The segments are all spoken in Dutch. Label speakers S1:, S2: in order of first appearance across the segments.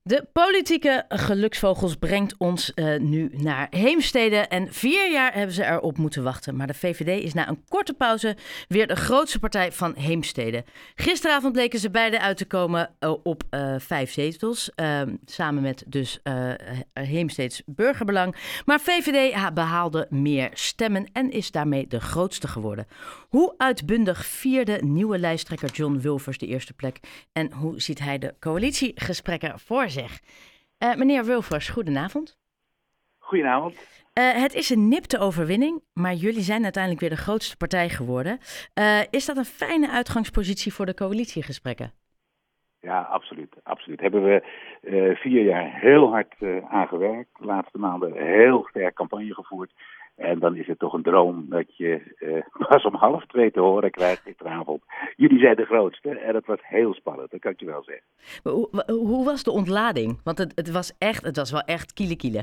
S1: De politieke geluksvogels brengt ons nu naar Heemstede. En 4 jaar hebben ze erop moeten wachten. Maar de VVD is na een korte pauze weer de grootste partij van Heemstede. Gisteravond bleken ze beide uit te komen op 5 zetels. Samen met dus Heemsteeds Burgerbelang. Maar VVD behaalde meer stemmen en is daarmee de grootste geworden. Hoe uitbundig vierde nieuwe lijsttrekker John Wulfers de eerste plek? En hoe ziet hij de coalitiegesprekken voor zich? Meneer Wulfers, goedenavond.
S2: Goedenavond.
S1: Het is een nipte overwinning, maar jullie zijn uiteindelijk weer de grootste partij geworden. Is dat een fijne uitgangspositie voor de coalitiegesprekken?
S2: Ja, absoluut. Hebben we 4 jaar heel hard aan gewerkt. De laatste maanden heel sterk campagne gevoerd. En dan is het toch een droom dat je pas om 1:30 te horen krijgt gisteravond. Jullie zijn de grootste en dat was heel spannend, dat kan ik je wel zeggen.
S1: Maar hoe was de ontlading? Want het was wel echt kiele.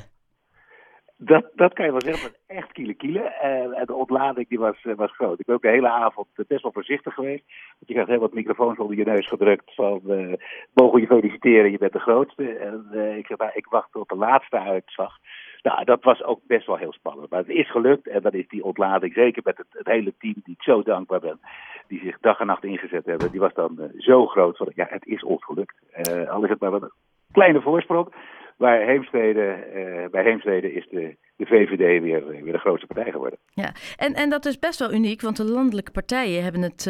S2: Dat kan je wel zeggen, het was echt kiele. En de ontlading die was groot. Ik ben ook de hele avond best wel voorzichtig geweest. Want je krijgt heel wat microfoons onder je neus gedrukt van mogen we je feliciteren, je bent de grootste. En ik zeg, ik wacht tot de laatste uitslag. Nou, dat was ook best wel heel spannend. Maar het is gelukt en dan is die ontlading, zeker met het hele team die ik zo dankbaar ben, die zich dag en nacht ingezet hebben, die was dan zo groot van, ja, het is ons gelukt. Al is het maar een kleine voorsprong. Maar bij Heemstede is de VVD weer de grootste partij geworden.
S1: Ja, en dat is best wel uniek, want de landelijke partijen hebben het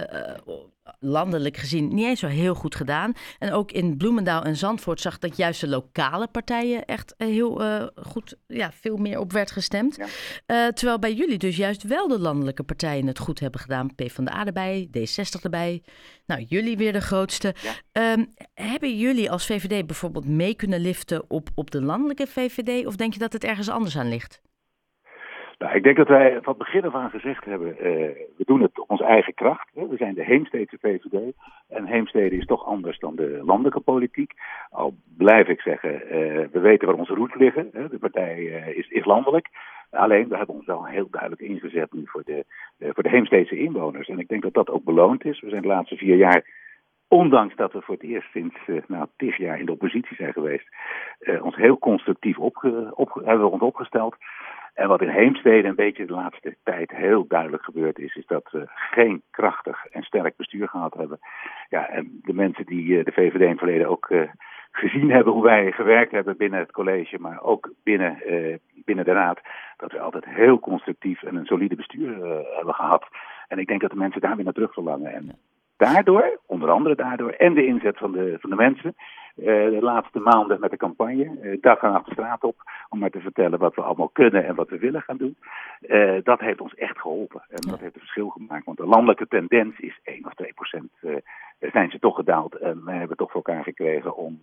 S1: landelijk gezien niet eens zo heel goed gedaan. En ook in Bloemendaal en Zandvoort zag dat juist de lokale partijen echt heel goed, veel meer op werd gestemd. Ja. Terwijl bij jullie dus juist wel de landelijke partijen het goed hebben gedaan. PvdA erbij, D60 erbij. Nou, jullie weer de grootste. Ja. Hebben jullie als VVD bijvoorbeeld mee kunnen liften op de landelijke VVD? Of denk je dat het ergens anders aan ligt?
S2: Nou, ik denk dat wij van het begin af aan gezegd hebben, we doen het op onze eigen kracht. Hè. We zijn de Heemsteedse VVD. En Heemstede is toch anders dan de landelijke politiek. Al blijf ik zeggen, we weten waar onze roots liggen. Hè. De partij is landelijk. Alleen, we hebben ons wel heel duidelijk ingezet nu voor de Heemsteedse inwoners. En ik denk dat dat ook beloond is. We zijn de laatste 4 jaar, ondanks dat we voor het eerst sinds 10 jaar in de oppositie zijn geweest, ons heel constructief hebben we ons opgesteld. En wat in Heemstede een beetje de laatste tijd heel duidelijk gebeurd is dat we geen krachtig en sterk bestuur gehad hebben. Ja, en de mensen die de VVD in het verleden ook gezien hebben hoe wij gewerkt hebben binnen het college, maar ook binnen de raad, dat we altijd heel constructief en een solide bestuur hebben gehad. En ik denk dat de mensen daar weer naar terug verlangen. En daardoor, onder andere daardoor, en de inzet van de mensen, de laatste maanden met de campagne, dag en nacht de straat op, om maar te vertellen wat we allemaal kunnen en wat we willen gaan doen. Dat heeft ons echt geholpen en dat heeft een verschil gemaakt. Want de landelijke tendens is 1 of 2%. Zijn ze toch gedaald en wij hebben toch voor elkaar gekregen om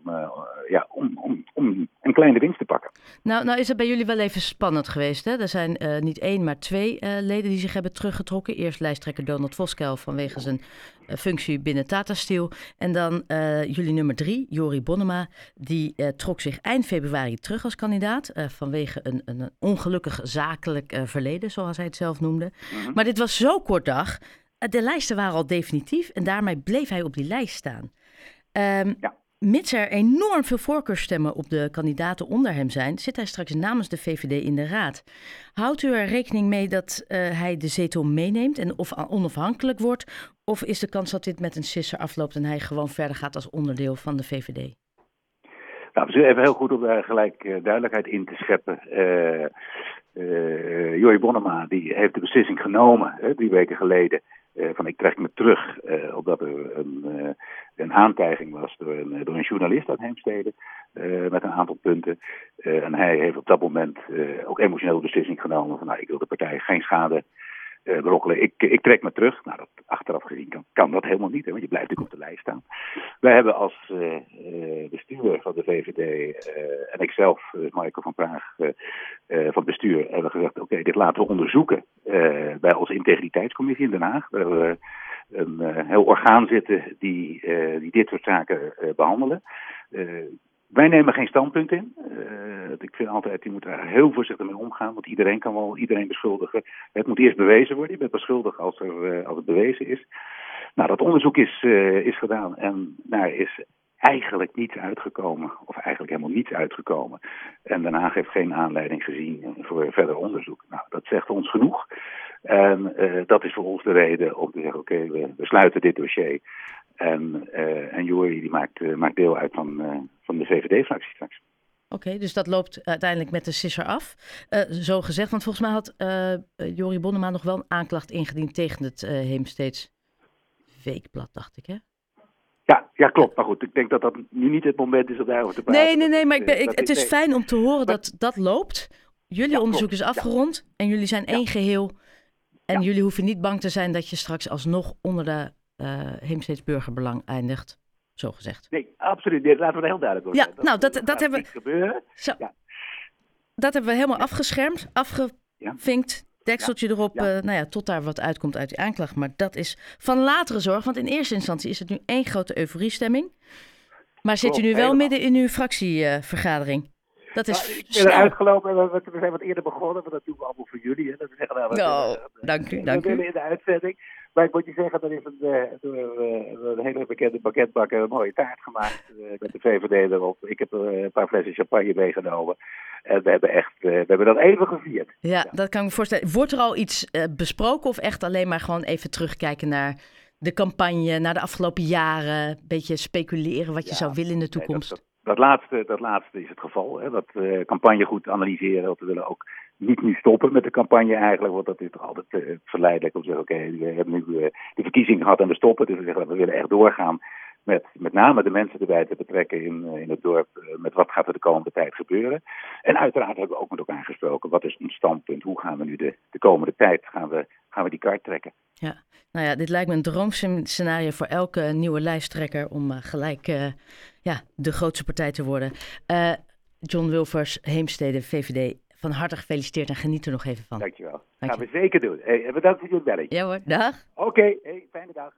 S2: een kleine winst te pakken.
S1: Nou is het bij jullie wel even spannend geweest, hè? Er zijn niet 1, maar 2 leden die zich hebben teruggetrokken. Eerst lijsttrekker Donald Voskuil vanwege zijn functie binnen Tata Steel. En dan jullie nummer 3, Jorie Bonnema, die trok zich eind februari terug als kandidaat. Vanwege een ongelukkig zakelijk verleden, zoals hij het zelf noemde. Mm-hmm. Maar dit was zo kort dag. De lijsten waren al definitief en daarmee bleef hij op die lijst staan. Mits er enorm veel voorkeurstemmen op de kandidaten onder hem zijn, zit hij straks namens de VVD in de raad. Houdt u er rekening mee dat hij de zetel meeneemt en of onafhankelijk wordt? Of is de kans dat dit met een sisser afloopt en hij gewoon verder gaat als onderdeel van de VVD?
S2: Nou, we zullen even heel goed om daar gelijk duidelijkheid in te scheppen. Jorie Bonnema die heeft de beslissing genomen 3 weken geleden. Van ik trek me terug, omdat er een aantijging was door een journalist uit Heemstede met een aantal punten. En hij heeft op dat moment ook emotioneel de beslissing genomen van ik wil de partij geen schade berokkenen. Ik trek me terug. Nou, dat achteraf gezien kan dat helemaal niet, hè, want je blijft natuurlijk op de lijst staan. Wij hebben als bestuur van de VVD en ikzelf, Michael van Praag van het bestuur, hebben gezegd, oké, dit laten we onderzoeken bij onze integriteitscommissie in Den Haag. Waar we een heel orgaan zitten die dit soort zaken behandelen. Wij nemen geen standpunt in. Ik vind altijd, je moet daar heel voorzichtig mee omgaan, want iedereen kan wel iedereen beschuldigen. Het moet eerst bewezen worden. Je bent pas schuldig als het bewezen is. Nou, dat onderzoek is gedaan en daar is eigenlijk niets uitgekomen. Of eigenlijk helemaal niets uitgekomen. En Den Haag heeft geen aanleiding gezien voor verder onderzoek. Nou, dat zegt ons genoeg. En dat is voor ons de reden om te zeggen, oké, we sluiten dit dossier. En Joeri die maakt deel uit van de VVD-fractie straks.
S1: Oké, dus dat loopt uiteindelijk met de sisser af. Zo gezegd, want volgens mij had Joeri Bonnema nog wel een aanklacht ingediend tegen het Heemsteeds Weekblad, dacht ik, hè?
S2: Ja, klopt. Maar goed, ik denk dat nu niet het moment is om daarover te praten.
S1: Nee, maar het is fijn om te horen dat dat loopt. Jullie onderzoek is afgerond en jullie zijn één geheel. En jullie hoeven niet bang te zijn dat je straks alsnog onder de Heemsteeds burgerbelang eindigt. Zo gezegd.
S2: Nee, absoluut. Nee, laten we er heel duidelijk over zijn.
S1: Dat hebben we.
S2: Gebeuren.
S1: Zo, dat hebben we helemaal afgeschermd, afgevinkt. Dekseltje erop, tot daar wat uitkomt uit die aanklacht. Maar dat is van latere zorg. Want in eerste instantie is het nu één grote euforiestemming. Maar zit u nu wel midden in uw fractievergadering? Dat is
S2: ik ben eruit gelopen en we zijn wat eerder begonnen. Want dat doen we allemaal voor jullie. Hè. Dat we zeggen,
S1: dank u.
S2: In de uitzending. Maar ik moet je zeggen, er is een hele bekende pakketbakker een mooie taart gemaakt met de VVD erop. Ik heb er een paar flessen champagne meegenomen. En we hebben dat even gevierd.
S1: Ja, dat kan ik me voorstellen. Wordt er al iets besproken of echt alleen maar gewoon even terugkijken naar de campagne, naar de afgelopen jaren? Een beetje speculeren wat je zou willen in de toekomst?
S2: Dat laatste is het geval. Hè. Dat campagne goed analyseren. Want we willen ook niet nu stoppen met de campagne eigenlijk. Want dat is toch altijd verleidelijk om te zeggen, oké, we hebben nu de verkiezing gehad en we stoppen. Dus we zeggen, we willen echt doorgaan met name de mensen erbij te betrekken in het dorp. Met wat gaat er de komende tijd gebeuren. En uiteraard hebben we ook met elkaar gesproken. Wat is ons standpunt? Hoe gaan we nu de komende tijd gaan we die kaart trekken?
S1: Ja, nou ja, dit lijkt me een droomscenario voor elke nieuwe lijsttrekker om gelijk de grootste partij te worden. John Wilvers, Heemstede, VVD, van harte gefeliciteerd en geniet er nog even van.
S2: Dankjewel. Gaan we zeker doen. Bedankt voor jullie belletje.
S1: Ja hoor, dag.
S2: Oké, fijne dag.